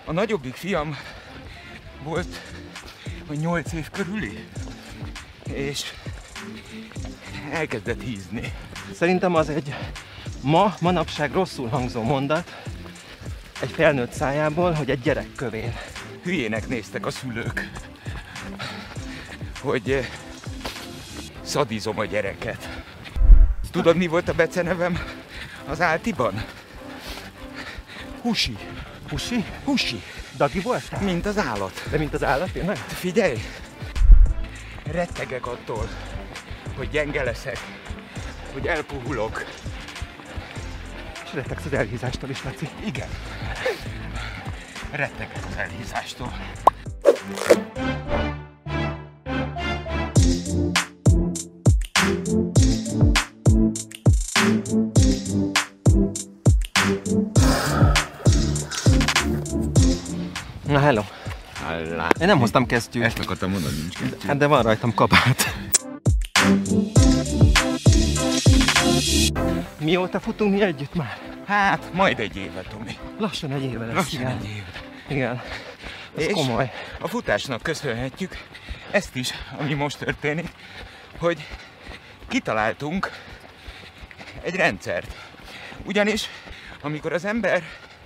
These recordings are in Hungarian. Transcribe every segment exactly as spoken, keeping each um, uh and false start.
A nagyobbik fiam volt a nyolc év körüli, és elkezdett hízni. Szerintem az egy ma, manapság rosszul hangzó mondat egy felnőtt szájából, hogy egy gyerek kövén. Hülyének néztek a szülők, hogy szadizom a gyereket. Tudod, mi volt a becenevem az Áltiban? Husi. Husi? Husi. Dagi voltál? Mint az állat. De mint az állat, tényleg? Figyelj! Rettegek attól, hogy gyenge leszek, hogy elpuhulok. És rettegsz az elhízástól is, Laci. Igen. Rettegek az elhízástól. Na, hello. Hallá. Én nem hoztam kesztyűt. Ezt akartam mondani, nincs kesztyű. Hát de van rajtam kabát. Mióta futunk mi együtt már? Hát, majd egy éve, Tomi. Lassan egy éve lesz. Lassan igen. egy éve. Igen. Ez És komoly. a futásnak köszönhetjük ezt is, ami most történik, hogy kitaláltunk egy rendszert. Ugyanis, amikor az ember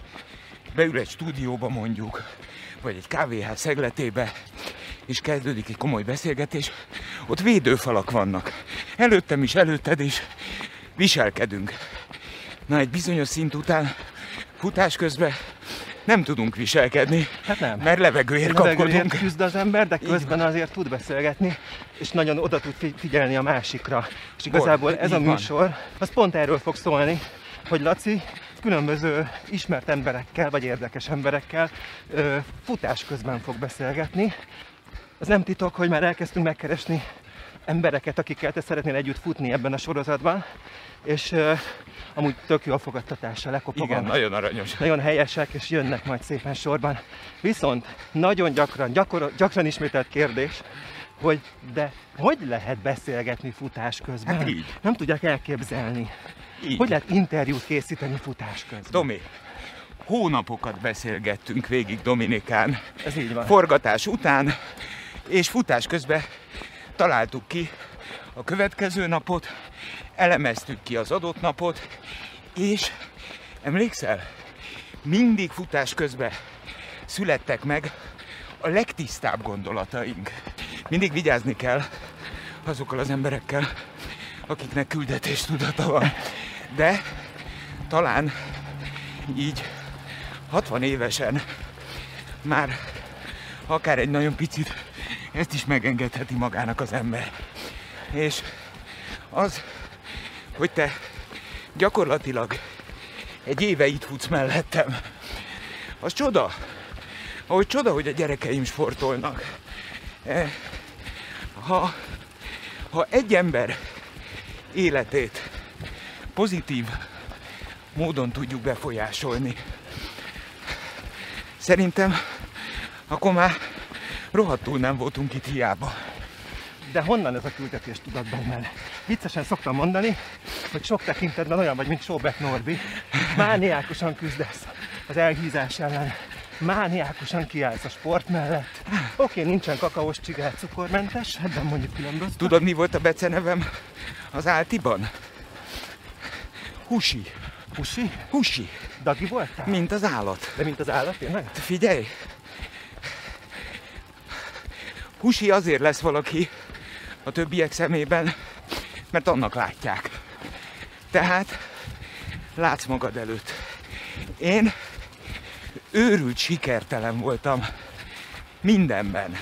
beül egy stúdióba mondjuk, vagy egy kávéház szegletébe, és kezdődik egy komoly beszélgetés, ott védőfalak vannak. Előttem is, előtted is viselkedünk. Na, egy bizonyos szint után futás közben nem tudunk viselkedni, Hát nem. mert levegőért Levegőért kapkodunk. küzd az ember, de közben azért tud beszélgetni, és nagyon oda tud figyelni a másikra. És igazából ez a így van. műsor, az pont erről fog szólni, hogy Laci különböző ismert emberekkel, vagy érdekes emberekkel ö, futás közben fog beszélgetni. Az nem titok, hogy már elkezdtünk megkeresni embereket, akikkel te szeretnél együtt futni ebben a sorozatban, és ö, amúgy tök jó a fogadtatása, lekopogom. Igen, nagyon aranyos. Nagyon helyesek, és jönnek majd szépen sorban. Viszont nagyon gyakran, gyakor, gyakran ismételt kérdés, hogy de hogy lehet beszélgetni futás közben? Hát így. Nem tudják elképzelni. Így. Hogy lehet interjút készíteni futás közben? Tomi, hónapokat beszélgettünk végig Dominikán. Ez így van. Forgatás után, és futás közben találtuk ki a következő napot, elemeztük ki az adott napot, és emlékszel, mindig futás közben születtek meg a legtisztább gondolataink. Mindig vigyázni kell azokkal az emberekkel, akiknek küldetéstudata van. De talán így hatvan évesen már akár egy nagyon picit ezt is megengedheti magának az ember. És az, hogy te gyakorlatilag egy éve itt futsz mellettem, az csoda. Ahogy csoda, hogy a gyerekeim sportolnak. Ha, ha egy ember életét pozitív módon tudjuk befolyásolni, szerintem akkor már rohadtul nem voltunk itt hiába. De honnan ez a küldetés tudat benned? Viccesen szoktam mondani, hogy sok tekintetben olyan vagy, mint Sóbek Norbi. Mániákusan küzdesz az elhízás ellen. Mániákusan kiállsz a sport mellett. Oké, nincsen kakaós csigár, cukormentes, ebben mondjuk különböző. Tudod, mi volt a becenevem az Áltiban? Husi. Husi? Husi. Dagi voltál? Mint az állat. De mint az állat, tényleg? Figyelj! Husi azért lesz valaki a többiek szemében, mert annak látják. Tehát látsz magad előtt. Én őrült sikertelen voltam mindenben.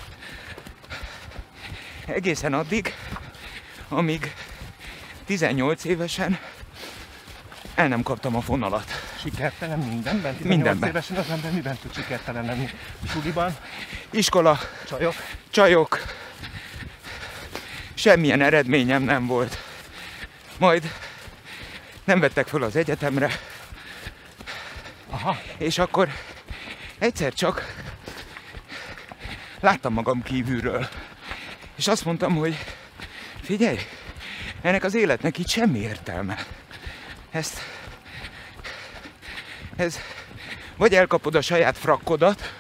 Egészen addig, amíg tizennyolc évesen el nem kaptam a fonalat. Sikertelen mindenben? Mindenben. Évesen az ember miben tud sikertelen lenni? Suliban? Iskola, Csajok? csajok, semmilyen eredményem nem volt. Majd nem vettek föl az egyetemre, Aha. és akkor egyszer csak láttam magam kívülről, és azt mondtam, hogy figyelj, ennek az életnek itt semmi értelme. Ezt, ez vagy elkapod a saját frakkodat,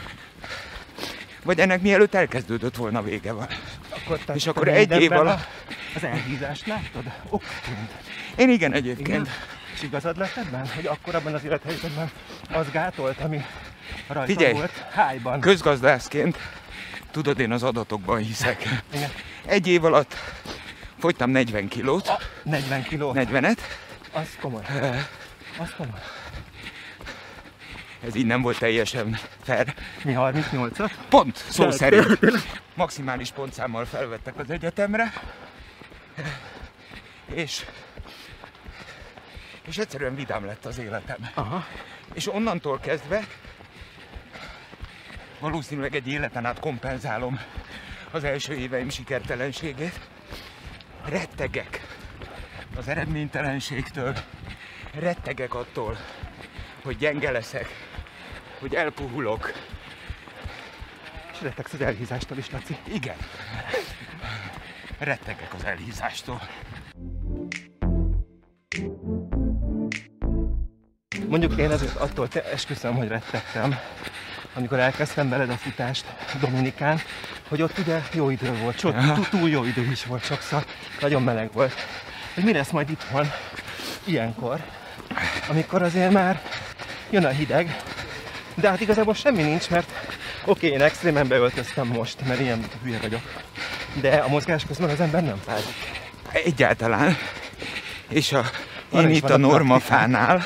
vagy ennek mielőtt elkezdődött volna vége van. Akkor és akkor egy év alatt... Az elhízást láttad? Okként. Én igen egyébként. Igen? És igazad lett ebben, hogy akkor abban az élethelyzetben az gátolt, ami rajta Figyelj, volt hájban. Közgazdászként, tudod, én az adatokban hiszek. Igen. Egy év alatt fogytam negyven kilót. A, negyven kilót? negyvenet. Az komoly. Uh, az komoly. Ez így nem volt teljesen fair. Mi harmincnyolcat? Pont, szó szerint. Maximális pontszámmal felvettek az egyetemre. És, és egyszerűen vidám lett az életem. Aha. És onnantól kezdve valószínűleg egy életen át kompenzálom az első éveim sikertelenségét. Rettegek az eredménytelenségtől, rettegek attól, hogy gyenge leszek, hogy elpuhulok. És rettegsz az elhízástól is, Laci. Igen. Rettegek az elhízástól. Mondjuk én ezért attól te esküszöm, hogy rettegtem, amikor elkezdtem veled a futást Dominikán, hogy ott ugye jó idő volt, sőt, túl jó idő is volt sokszor, nagyon meleg volt. Hogy mi lesz majd itthon ilyenkor, amikor azért már jön a hideg, de hát igazából semmi nincs, mert oké, okay, én extrémen beöltöztem most, mert ilyen hülye vagyok, de a mozgás közben az ember nem fázik. Egyáltalán. És a, én itt a Normafánál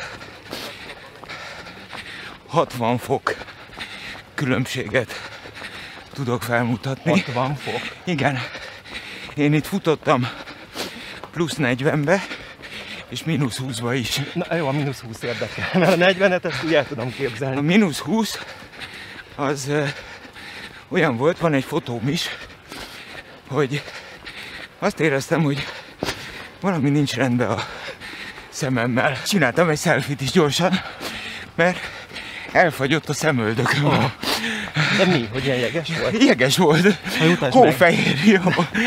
hatvan fok különbséget tudok felmutatni. hatvan fok? Igen. Én itt futottam plusz negyvenbe, és mínusz húszba is. Na jó, a mínusz húsz érdekel, mert a negyvenet ezt úgy el tudom képzelni. A mínusz húsz az ö, olyan volt, van egy fotóm is, hogy azt éreztem, hogy valami nincs rendben a szememmel. Csináltam egy selfie-t is gyorsan, mert elfagyott a szemöldököm. Oh. De mi? Hogy ilyen jeges volt? Jeges volt. Hófehér, jó.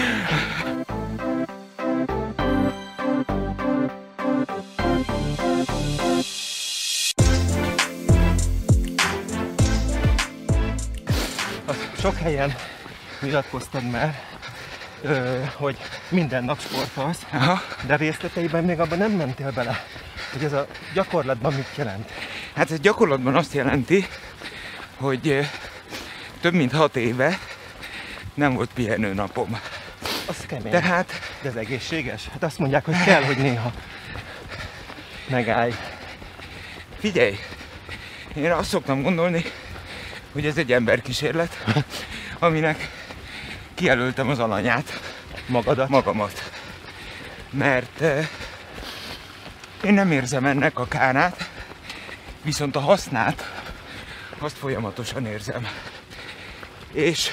Sok helyen nyilatkoztad már, ö, hogy minden nap sportolsz, aha, de részleteiben még abban nem mentél bele, hogy ez a gyakorlatban mit jelent. Hát ez gyakorlatban azt jelenti, hogy több mint hat éve nem volt pihenőnapom. Az kemény. Tehát... De ez egészséges? Hát azt mondják, hogy kell, hogy néha megállj. Figyelj, én azt szoktam gondolni, hogy ez egy emberkísérlet, aminek kijelöltem az alanyát. Magadat? Magamat. Mert eh, én nem érzem ennek a kárát, viszont a hasznát azt folyamatosan érzem. És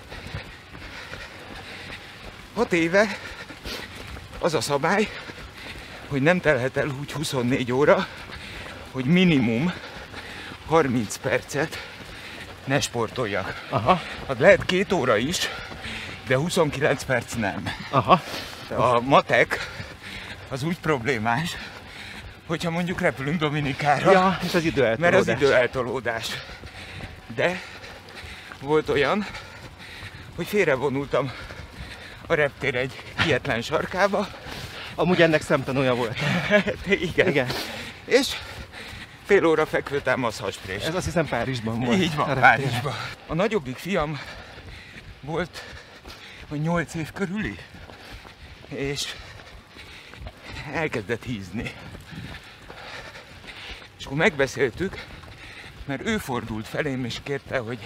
hat éve az a szabály, hogy nem telhet el úgy huszonnégy óra, hogy minimum harminc percet ne sportoljak. Aha. Hát lehet két óra is, de huszonkilenc perc nem. Aha. A matek az úgy problémás, hogyha mondjuk repülünk Dominikára, ja, és az időeltolódás. mert az időeltolódás. De volt olyan, hogy félrevonultam a reptér egy kietlen sarkába. Amúgy ennek szemtanúja volt. Igen. Igen. És fél óra fekvőtámasz hasprés. Ez azt hiszem Párizsban volt. Így van, Párizsban. A nagyobbik fiam volt, hogy nyolc év körüli, és elkezdett hízni. És akkor megbeszéltük, mert ő fordult felém és kérte, hogy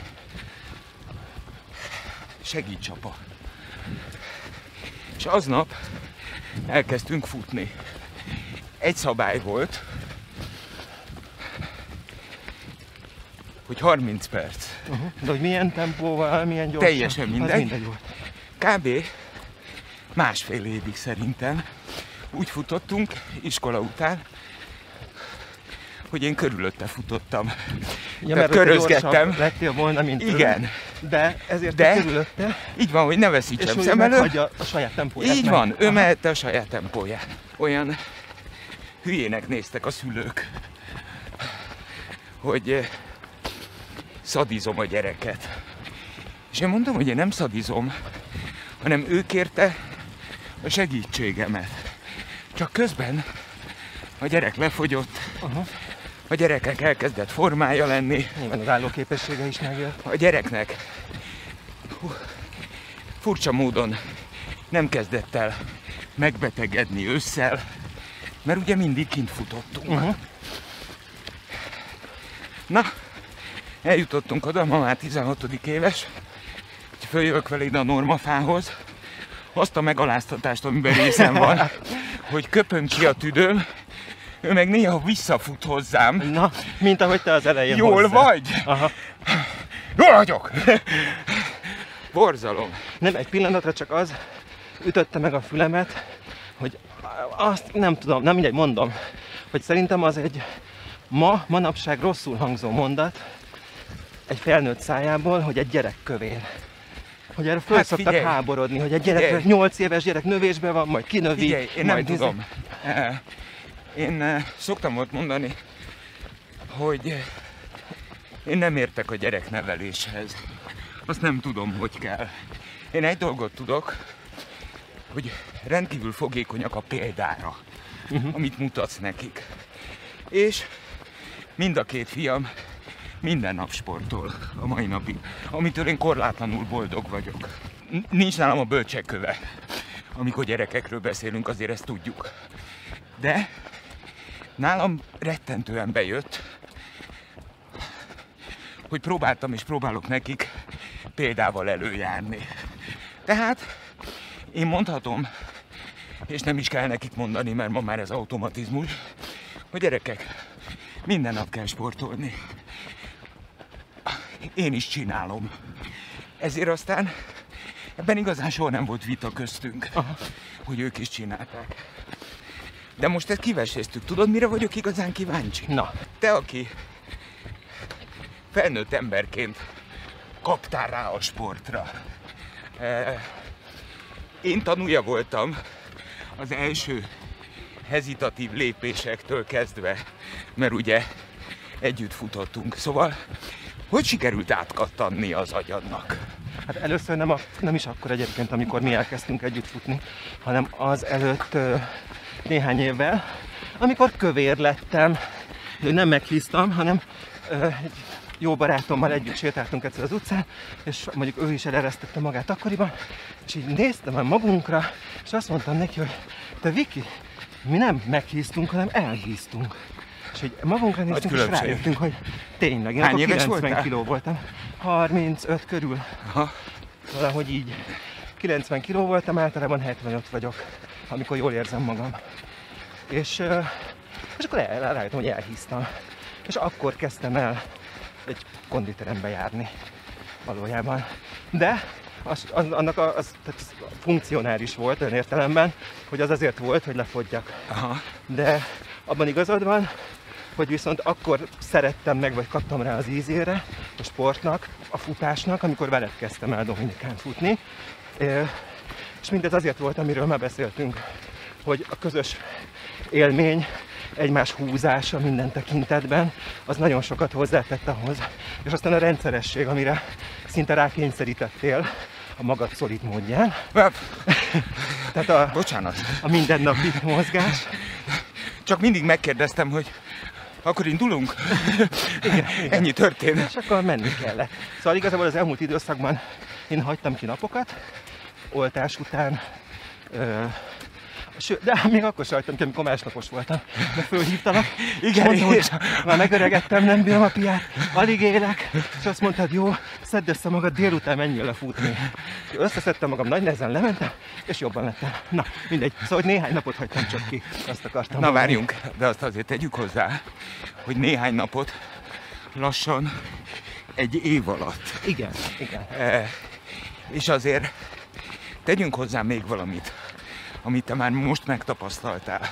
segíts, apa. És aznap elkezdtünk futni. Egy szabály volt, hogy harminc perc. Uh-huh. De hogy milyen tempóval, milyen gyorsan? Teljesen mindegy. mindegy volt. Kb. Másfél évig szerintem úgy futottunk iskola után, hogy én körülötte futottam. Ja, tehát körözgettem. Lettél volna, mint igen. Ő. De ezért De körülötte. Így van, hogy ne veszítsem szem elől. És ő a saját tempóját. Így meg. van, ő mehette a saját tempóját. Olyan hülyének néztek a szülők, hogy eh, szadizom a gyereket. És én mondom, hogy én nem szadizom, hanem ő kérte a segítségemet. Csak közben a gyerek lefogyott, uh-huh. a gyereknek elkezdett formája lenni. Nyilván az állóképessége is megjött. A gyereknek hú, furcsa módon nem kezdett el megbetegedni ősszel, mert ugye mindig kint futottunk. Uh-huh. Na, eljutottunk oda, ma már tizenhatodik éves, hogy följövök vele ide a normafához, azt a megaláztatást, amiben részem van, hogy köpön ki a tüdőm, ő meg néha visszafut hozzám. Na, mint ahogy te az elején Jól hozzá. vagy? Aha. Jól vagyok! Borzalom. Nem, egy pillanatra csak az ütötte meg a fülemet, hogy azt nem tudom, nem mindegy, mondom, hogy szerintem az egy ma, manapság rosszul hangzó mondat egy felnőtt szájából, hogy egy gyerek kövér. Hogy erre föl hát szoktak figyelj, háborodni, hogy egy gyerek, nyolc éves gyerek növésben van, majd kinövi. Figyelj, én majd nem tudom. Én szoktam ott mondani, hogy én nem értek a gyerekneveléshez. Azt nem tudom, hogy kell. Én egy dolgot tudok, hogy rendkívül fogékonyak a példára, uh-huh. amit mutatsz nekik. És mind a két fiam minden nap sportol a mai napig, amitől én korlátlanul boldog vagyok. Nincs nálam a bölcsekköve. Amikor gyerekekről beszélünk, azért ezt tudjuk. De nálam rettentően bejött, hogy próbáltam és próbálok nekik példával előjárni. Tehát én mondhatom, és nem is kell nekik mondani, mert ma már ez automatizmus, hogy gyerekek, minden nap kell sportolni. Én is csinálom. Ezért aztán ebben igazán soha nem volt vita köztünk, aha. hogy ők is csinálták. De most ezt kiveséztük. Tudod, mire vagyok igazán kíváncsi? Na. Te, aki felnőtt emberként kaptál rá a sportra. Én tanúja voltam az első hezitatív lépésektől kezdve, mert ugye együtt futottunk. Szóval, hogy sikerült átkattanni az agyadnak? Hát először nem, a, nem is akkor egyébként, amikor mi elkezdtünk együtt futni, hanem az előtt ö, néhány évvel, amikor kövér lettem. Nem meghíztam, hanem ö, egy jó barátommal együtt sétáltunk egyszer az utcán, és mondjuk ő is eleresztette magát akkoriban, és így néztem el magunkra, és azt mondtam neki, hogy te Viki, mi nem meghíztunk, hanem elhíztunk. És így magunkra néztünk, és rájöttünk, hogy tényleg, én Hány akkor éves kilencven voltál? kiló voltam. harmincöt körül. Aha. Valahogy így. kilencven kiló voltam, általában hetvenöt vagyok, amikor jól érzem magam. És, és akkor el, rájöttem, hogy elhíztam. És akkor kezdtem el egy konditerembe járni valójában. De az, az, annak a, az, tehát az funkcionális volt olyan értelemben, hogy az azért volt, hogy lefogyjak. Aha. De abban igazad van, hogy viszont akkor szerettem meg, vagy kaptam rá az ízére a sportnak, a futásnak, amikor veled kezdtem el Dominikán futni. És mindez azért volt, amiről már beszéltünk, hogy a közös élmény, egymás húzása minden tekintetben, az nagyon sokat hozzátett ahhoz. És aztán a rendszeresség, amire szinte rákényszerítettél a magad szolid módján. Tehát a, Bocsánat. a mindennapi mozgás. Csak mindig megkérdeztem, hogy akkor indulunk? Igen, igen. Ennyi történt. És akkor menni kellett. Szóval igazából az elmúlt időszakban én hagytam ki napokat, oltás után, ö, sőt, de még akkor sem hagytam ki, amikor másnapos voltam. De fölhívtalak, igen, mondtam, hogy már megöregettem, nem bírom a piát, alig élek, és azt mondtad, jó, szedd össze magad, délután menjél le futni. Összeszedtem magam, nagy nehezen lementem, és jobban lettem. Na, mindegy. Szóval, hogy néhány napot hagytam csak ki, azt akartam. Na mondani. Várjunk, de azt azért tegyük hozzá, hogy néhány napot lassan egy év alatt. Igen, igen. E, és azért tegyünk hozzá még valamit, amit te már most megtapasztaltál.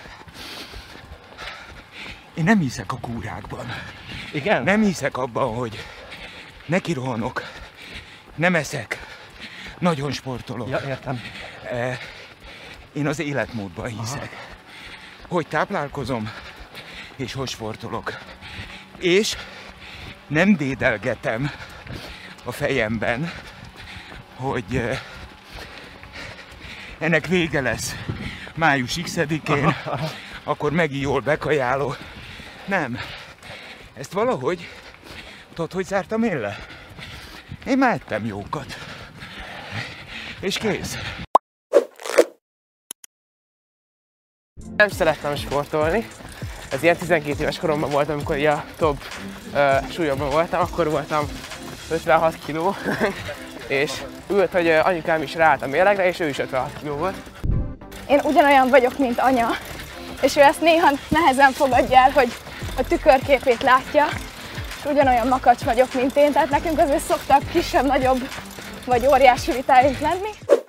Én nem hiszek a kúrákban. Igen? Nem hiszek abban, hogy nekirohanok, nem eszek, nagyon sportolok. Ja, értem. Én az életmódban hiszek. Aha. Hogy táplálkozom, és hogy sportolok. És nem dédelgetem a fejemben, hogy ennek vége lesz május ikszedikén, akkor megint jól bekajálok. Nem. Ezt valahogy, tudod, hogy zártam én le? Én már ettem jókat. És kész. Nem szerettem sportolni. Ez ilyen tizenkét éves koromban voltam, amikor a top uh, súlyomban voltam, akkor voltam ötvenhat kiló, és ült, hogy anyukám is ráállt a mérlegre, és ő is ötvenhat kiló volt. Én ugyanolyan vagyok, mint anya, és ő ezt néha nehezen fogadja el, hogy a tükörképét látja, és ugyanolyan makacs vagyok, mint én, tehát nekünk azért szoktak kisebb, nagyobb vagy óriási vitáink lenni.